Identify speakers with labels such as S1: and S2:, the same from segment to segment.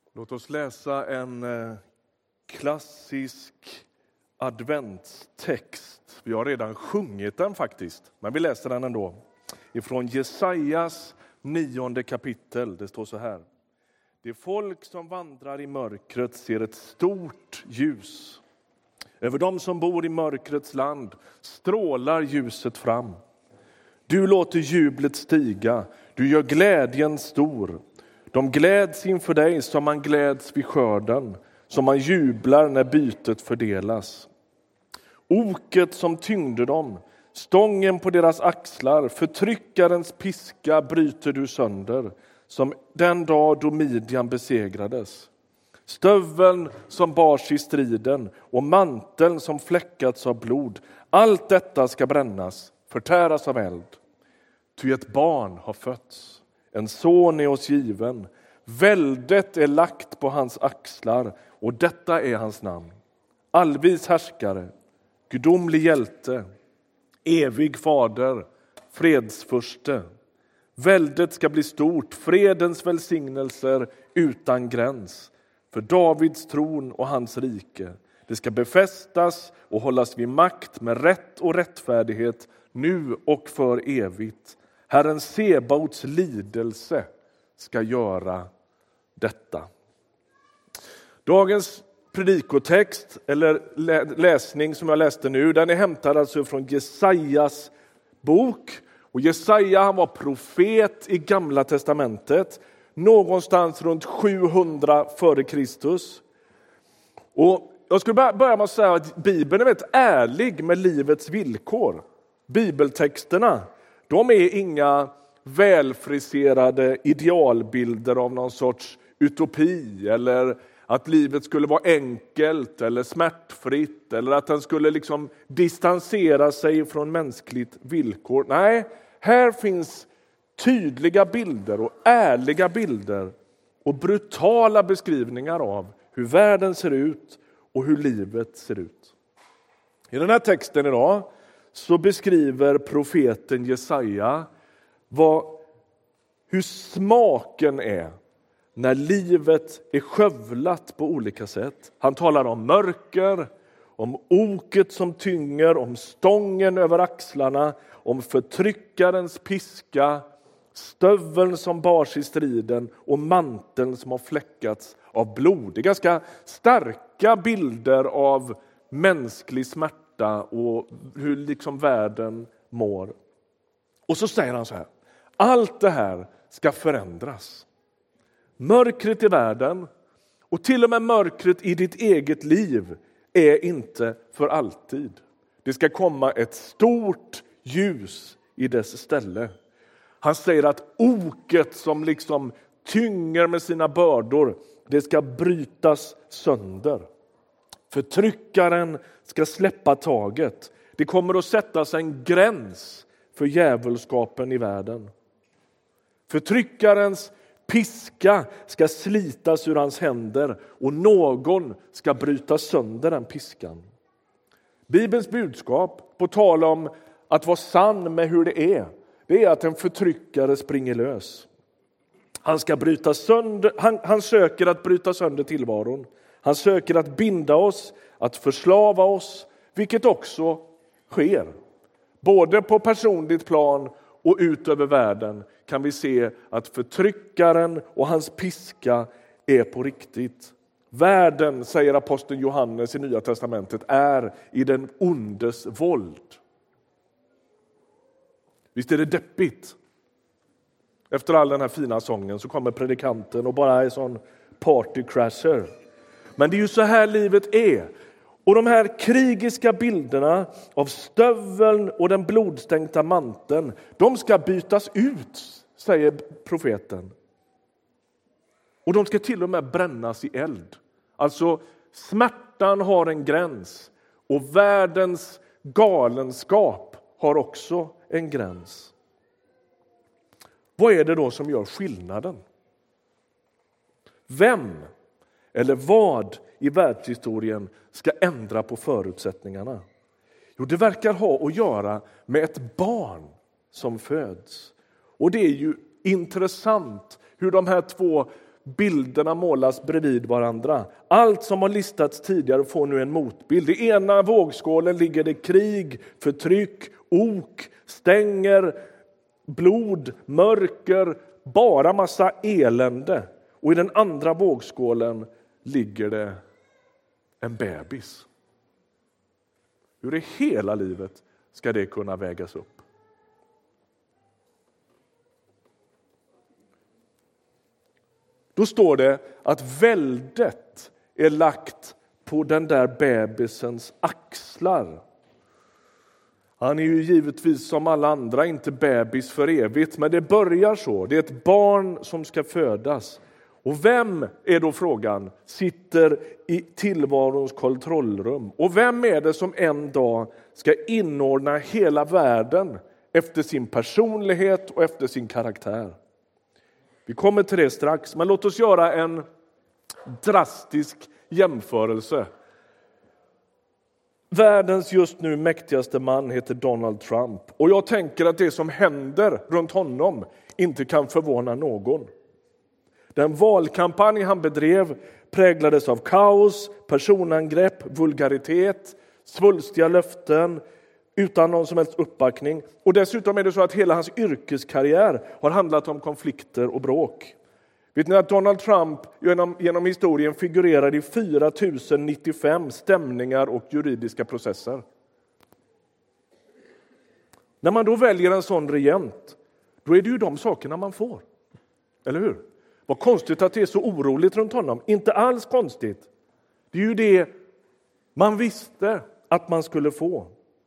S1: Låt oss läsa en klassisk adventstext. Vi har redan sjungit den faktiskt, men vi läser den ändå. Ifrån Jesajas 9:e kapitel. Det står så här. Det folk som vandrar i mörkret ser ett stort ljus. Över dem som bor i mörkrets land strålar ljuset fram. Du låter jublet stiga, du gör glädjen stor. De gläds inför dig som man gläds vid skörden, som man jublar när bytet fördelas. Oket som tyngde dem, stången på deras axlar, förtryckarens piska bryter du sönder, som den dag då Midjan besegrades. Stöveln som bars i striden och manteln som fläckats av blod, allt detta ska brännas, förtäras av eld. Ty ett barn har fötts. En son är oss given, väldet är lagt på hans axlar och detta är hans namn. Allvis härskare, gudomlig hjälte, evig fader, fredsförste. Väldet ska bli stort, fredens välsignelser utan gräns. För Davids tron och hans rike, det ska befästas och hållas vid makt med rätt och rättfärdighet nu och för evigt. Herren Sebaots lidelse ska göra detta. Dagens predikotext eller läsning som jag läste nu, den är hämtad alltså från Jesajas bok. Och Jesaja, han var profet i Gamla testamentet, någonstans runt 700 före Kristus. Och jag skulle börja med att säga att Bibeln är väldigt ärlig med livets villkor. Bibeltexterna, de är inga välfriserade idealbilder av någon sorts utopi eller att livet skulle vara enkelt eller smärtfritt eller att den skulle liksom distansera sig från mänskligt villkor. Nej, här finns tydliga bilder och ärliga bilder och brutala beskrivningar av hur världen ser ut och hur livet ser ut. I den här texten idag så beskriver profeten Jesaja hur smaken är när livet är skövlat på olika sätt. Han talar om mörker, om oket som tynger, om stången över axlarna, om förtryckarens piska, stöveln som bars i striden och manteln som har fläckats av blod. Det är ganska starka bilder av mänsklig smärta och hur liksom världen mår. Och så säger han så här: allt det här ska förändras. Mörkret i världen och till och med mörkret i ditt eget liv är inte för alltid. Det ska komma ett stort ljus i dess ställe. Han säger att oket som liksom tynger med sina bördor, det ska brytas sönder. Förtryckaren ska släppa taget. Det kommer att sättas en gräns för djävulskapen i världen. Förtryckarens piska ska slitas ur hans händer och någon ska bryta sönder den piskan. Bibelns budskap på tal om att vara sann med hur det är att en förtryckare springer lös. Han ska bryta sönder, han söker att bryta sönder tillvaron. Han söker att binda oss, att förslava oss, vilket också sker. Både på personligt plan och ut över världen kan vi se att förtryckaren och hans piska är på riktigt. Världen, säger aposteln Johannes i Nya testamentet, är i den ondes våld. Visst är det deppigt? Efter all den här fina sången så kommer predikanten och bara är sån partycrasher. Men det är ju så här livet är. Och de här krigiska bilderna av stöveln och den blodstänkta manteln, de ska bytas ut, säger profeten. Och de ska till och med brännas i eld. Alltså smärtan har en gräns och världens galenskap har också en gräns. Vad är det då som gör skillnaden? Vem eller vad i världshistorien ska ändra på förutsättningarna? Jo, det verkar ha att göra med ett barn som föds. Och det är ju intressant hur de här två bilderna målas bredvid varandra. Allt som har listats tidigare får nu en motbild. I ena vågskålen ligger det krig, förtryck, ok, stänger, blod, mörker, bara massa elände. Och i den andra vågskålen ligger det en bebis. Hur i hela livet ska det kunna vägas upp? Då står det att väldet är lagt på den där bebisens axlar. Han är ju givetvis som alla andra inte bebis för evigt, men det börjar så. Det är ett barn som ska födas. Och vem är då frågan sitter i tillvarons kontrollrum? Och vem är det som en dag ska inordna hela världen efter sin personlighet och efter sin karaktär? Vi kommer till det strax, men låt oss göra en drastisk jämförelse. Världens just nu mäktigaste man heter Donald Trump. Och jag tänker att det som händer runt honom inte kan förvåna någon. Den valkampanj han bedrev präglades av kaos, personangrepp, vulgaritet, svulstiga löften utan någon som helst uppbackning. Och dessutom är det så att hela hans yrkeskarriär har handlat om konflikter och bråk. Vet ni att Donald Trump genom historien figurerar i 4095 stämningar och juridiska processer. När man då väljer en sån regent, då är det ju de sakerna man får. Eller hur? Vad konstigt att det är så oroligt runt honom. Inte alls konstigt. Det är ju det man visste att man skulle få.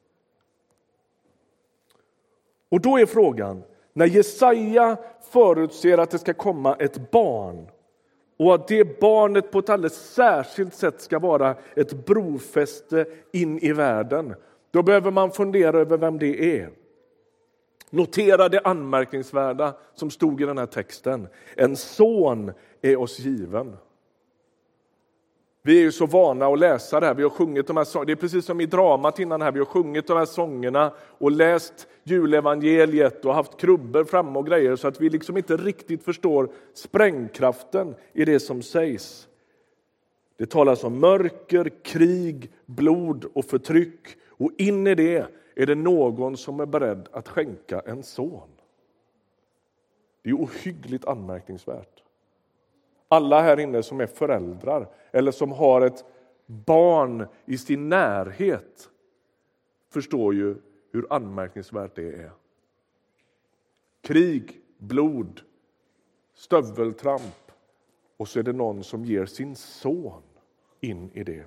S1: Och då är frågan, när Jesaja förutser att det ska komma ett barn och att det barnet på ett alldeles särskilt sätt ska vara ett brofäste in i världen, då behöver man fundera över vem det är. Notera det anmärkningsvärda som stod i den här texten. En son är oss given. Vi är ju så vana att läsa det här. Vi har sjungit de här sångerna. Det är precis som i dramat innan här. Vi har sjungit de här sångerna och läst julevangeliet och haft krubbor framme och grejer så att vi liksom inte riktigt förstår sprängkraften i det som sägs. Det talas om mörker, krig, blod och förtryck. Och in i det är det någon som är beredd att skänka en son. Det är ohyggligt anmärkningsvärt. Alla här inne som är föräldrar eller som har ett barn i sin närhet förstår ju hur anmärkningsvärt det är. Krig, blod, stöveltramp och så är det någon som ger sin son in i det.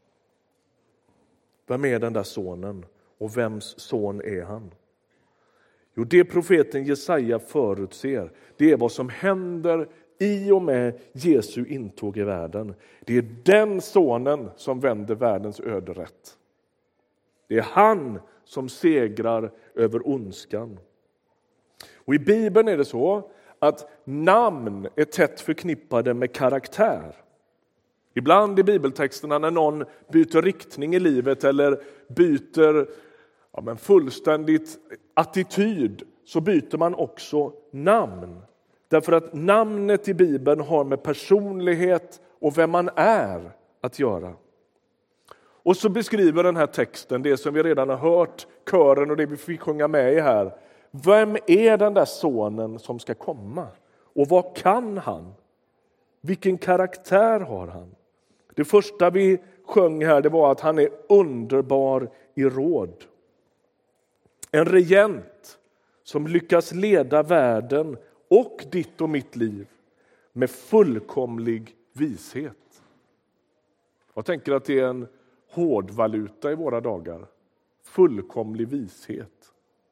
S1: Vem är den där sonen och vems son är han? Jo, det profeten Jesaja förutser, det är vad som händer i och med Jesu intåg i världen. Det är den sonen som vänder världens öde rätt. Det är han som segrar över ondskan. Och i Bibeln är det så att namn är tätt förknippade med karaktär. Ibland i bibeltexterna när någon byter riktning i livet eller byter fullständigt attityd så byter man också namn. Därför att namnet i Bibeln har med personlighet och vem man är att göra. Och så beskriver den här texten det som vi redan har hört, kören och det vi fick sjunga med i här. Vem är den där sonen som ska komma? Och vad kan han? Vilken karaktär har han? Det första vi sjöng här det var att han är underbar i råd. En regent som lyckas leda världen och ditt och mitt liv med fullkomlig vishet. Jag tänker att det är en hårdvaluta i våra dagar. Fullkomlig vishet.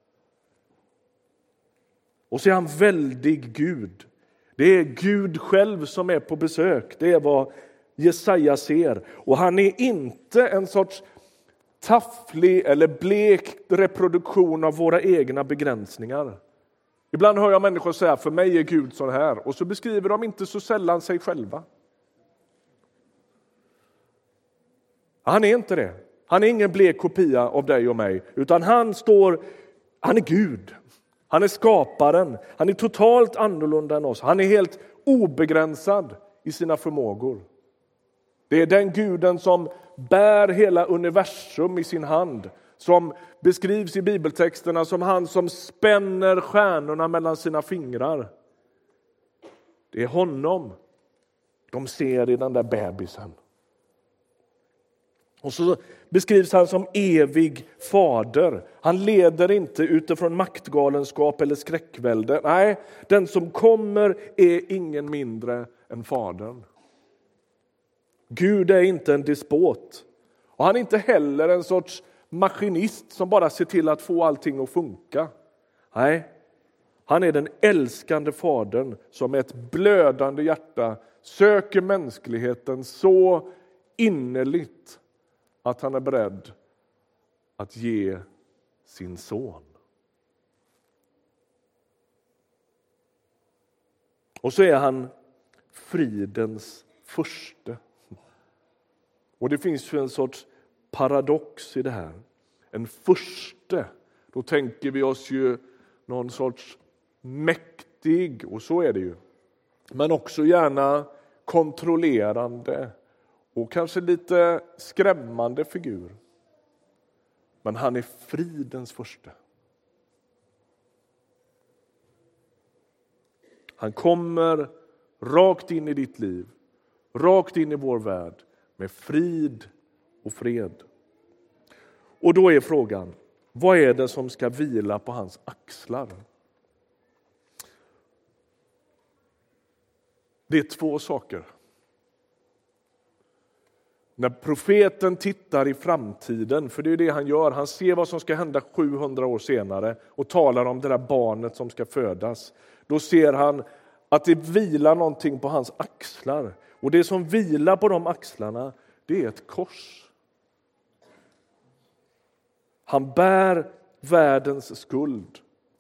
S1: Och så är han väldig Gud. Det är Gud själv som är på besök. Det är vad Jesaja ser. Och han är inte en sorts tafflig eller blek reproduktion av våra egna begränsningar. Ibland hör jag människor säga, för mig är Gud sån här. Och så beskriver de inte så sällan sig själva. Han är inte det. Han är ingen blek kopia av dig och mig. Utan han är Gud. Han är skaparen. Han är totalt annorlunda än oss. Han är helt obegränsad i sina förmågor. Det är den guden som bär hela universum i sin hand, som beskrivs i bibeltexterna som han som spänner stjärnorna mellan sina fingrar. Det är honom de ser i den där bebisen. Och så beskrivs han som evig fader. Han leder inte utifrån maktgalenskap eller skräckvälde. Nej, den som kommer är ingen mindre än fadern. Gud är inte en despot. Och han är inte heller en sorts maskinist som bara ser till att få allting att funka. Nej, han är den älskande fadern som med ett blödande hjärta söker mänskligheten så innerligt att han är beredd att ge sin son. Och så är han fridens förste. Och det finns ju en sorts paradox i det här. En förste, då tänker vi oss ju någon sorts mäktig, och så är det ju. Men också gärna kontrollerande och kanske lite skrämmande figur. Men han är fridens förste. Han kommer rakt in i ditt liv, rakt in i vår värld med frid och fred. Och då är frågan, vad är det som ska vila på hans axlar? Det är två saker. När profeten tittar i framtiden, för det är det han gör, han ser vad som ska hända 700 år senare och talar om det där barnet som ska födas. Då ser han att det vilar någonting på hans axlar. Och det som vilar på de axlarna, det är ett kors. Han bär världens skuld.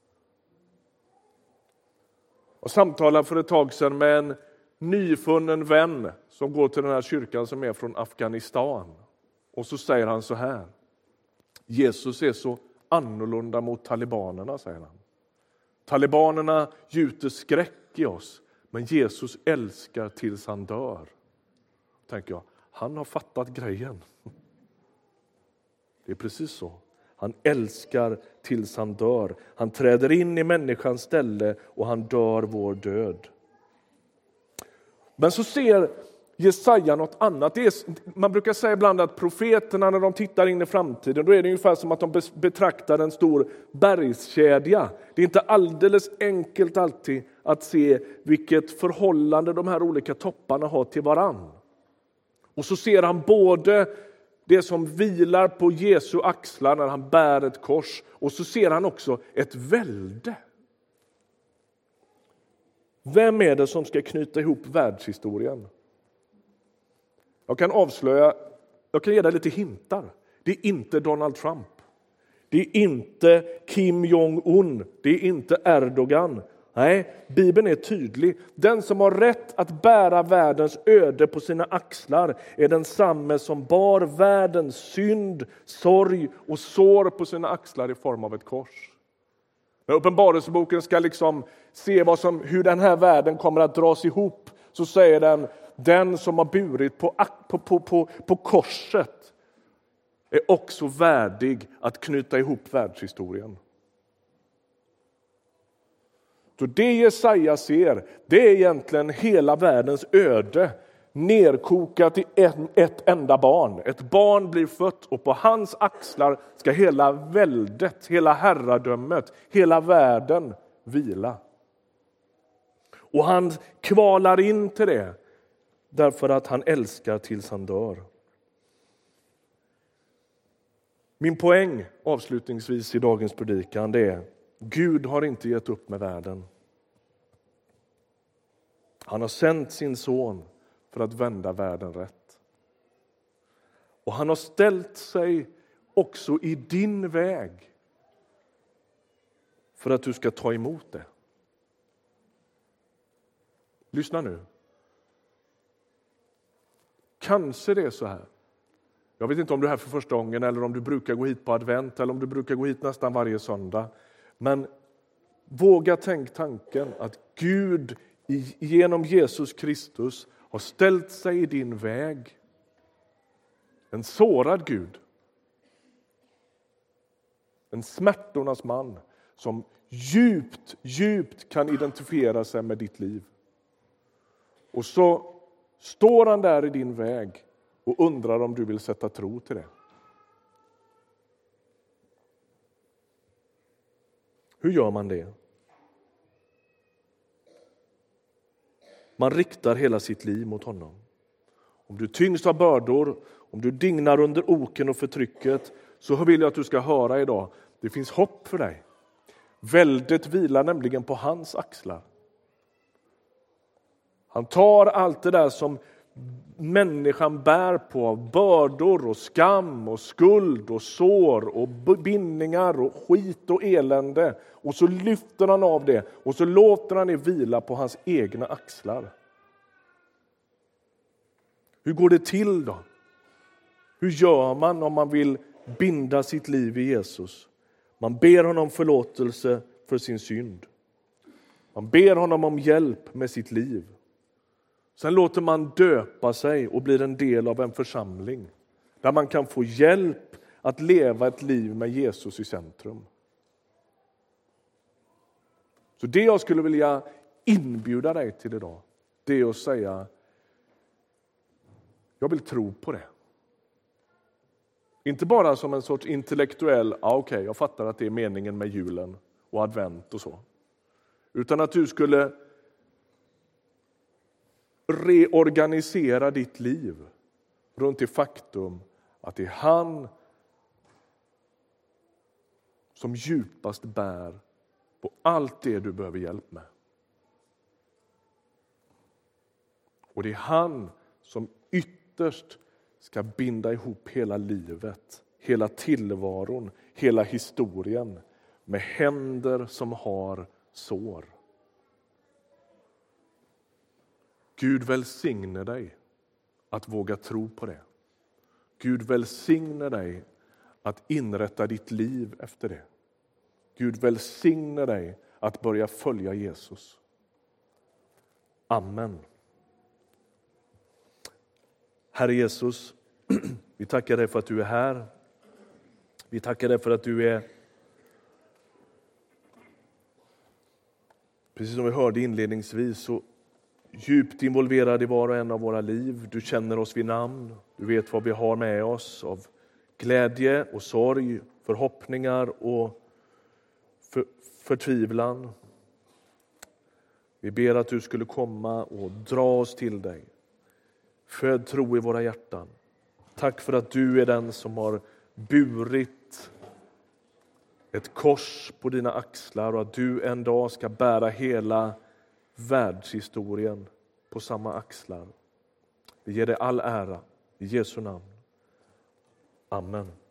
S1: Och samtalade för ett tag sedan med en nyfunnen vän som går till den här kyrkan som är från Afghanistan. Och så säger han så här: Jesus är så annorlunda mot talibanerna, säger han. Talibanerna gjuter skräck i oss, men Jesus älskar tills han dör. Tänker jag, han har fattat grejen. Det är precis så. Han älskar tills han dör. Han träder in i människans ställe och han dör vår död. Men så ser Jesaja något annat. Man brukar säga ibland att profeterna när de tittar in i framtiden, då är det ungefär som att de betraktar en stor bergskedja. Det är inte alldeles enkelt alltid att se vilket förhållande de här olika topparna har till varann. Och så ser han både det som vilar på Jesu axlar när han bär ett kors, och så ser han också ett välde. Vem är det som ska knyta ihop världshistorien? Jag kan ge dig lite hintar. Det är inte Donald Trump. Det är inte Kim Jong-un. Det är inte Erdogan. Nej, Bibeln är tydlig. Den som har rätt att bära världens öde på sina axlar är densamme som bar världens synd, sorg och sår på sina axlar i form av ett kors. När Uppenbarelseboken ska liksom se hur den här världen kommer att dras ihop, så säger den som har burit på korset är också värdig att knyta ihop världshistorien. Så det Jesaja ser, det är egentligen hela världens öde nerkokat i ett enda barn. Ett barn blir fött och på hans axlar ska hela väldet, hela herradömet, hela världen vila. Och han kvalar in till det därför att han älskar tills han dör. Min poäng avslutningsvis i dagens predikan, det är: Gud har inte gett upp med världen. Han har sänt sin son för att vända världen rätt. Och han har ställt sig också i din väg för att du ska ta emot det. Lyssna nu. Kanske det är så här. Jag vet inte om du är här för första gången eller om du brukar gå hit på advent eller om du brukar gå hit nästan varje söndag. Men våga tänk tanken att Gud genom Jesus Kristus har ställt sig i din väg. En sårad Gud. En smärtornas man som djupt kan identifiera sig med ditt liv. Och så står han där i din väg och undrar om du vill sätta tro till det. Hur gör man det? Man riktar hela sitt liv mot honom. Om du tyngs av bördor, om du dignar under oken och förtrycket, så vill jag att du ska höra idag. Det finns hopp för dig. Väldet vilar nämligen på hans axlar. Han tar allt det där som människan bär på, bördor och skam och skuld och sår och bindningar och skit och elände. Och så lyfter han av det och så låter han det vila på hans egna axlar. Hur går det till då? Hur gör man om man vill binda sitt liv i Jesus? Man ber honom förlåtelse för sin synd. Man ber honom om hjälp med sitt liv. Sen låter man döpa sig och blir en del av en församling. Där man kan få hjälp att leva ett liv med Jesus i centrum. Så det jag skulle vilja inbjuda dig till idag, det är att säga: jag vill tro på det. Inte bara som en sorts intellektuell, okej, jag fattar att det är meningen med julen och advent och så. Utan att du skulle reorganisera ditt liv runt det faktum att det är han som djupast bär på allt det du behöver hjälp med. Och det är han som ytterst ska binda ihop hela livet, hela tillvaron, hela historien med händer som har sår. Gud välsigne dig att våga tro på det. Gud välsigne dig att inrätta ditt liv efter det. Gud välsigne dig att börja följa Jesus. Amen. Herre Jesus, vi tackar dig för att du är här. Vi tackar dig för att du är, precis som vi hörde inledningsvis, så djupt involverad i var och en av våra liv. Du känner oss vid namn. Du vet vad vi har med oss av glädje och sorg, förhoppningar och förtvivlan. Vi ber att du skulle komma och dra oss till dig. Föd tro i våra hjärtan. Tack för att du är den som har burit ett kors på dina axlar och att du en dag ska bära hela världshistorien på samma axlar. Vi ger dig all ära i Jesu namn. Amen.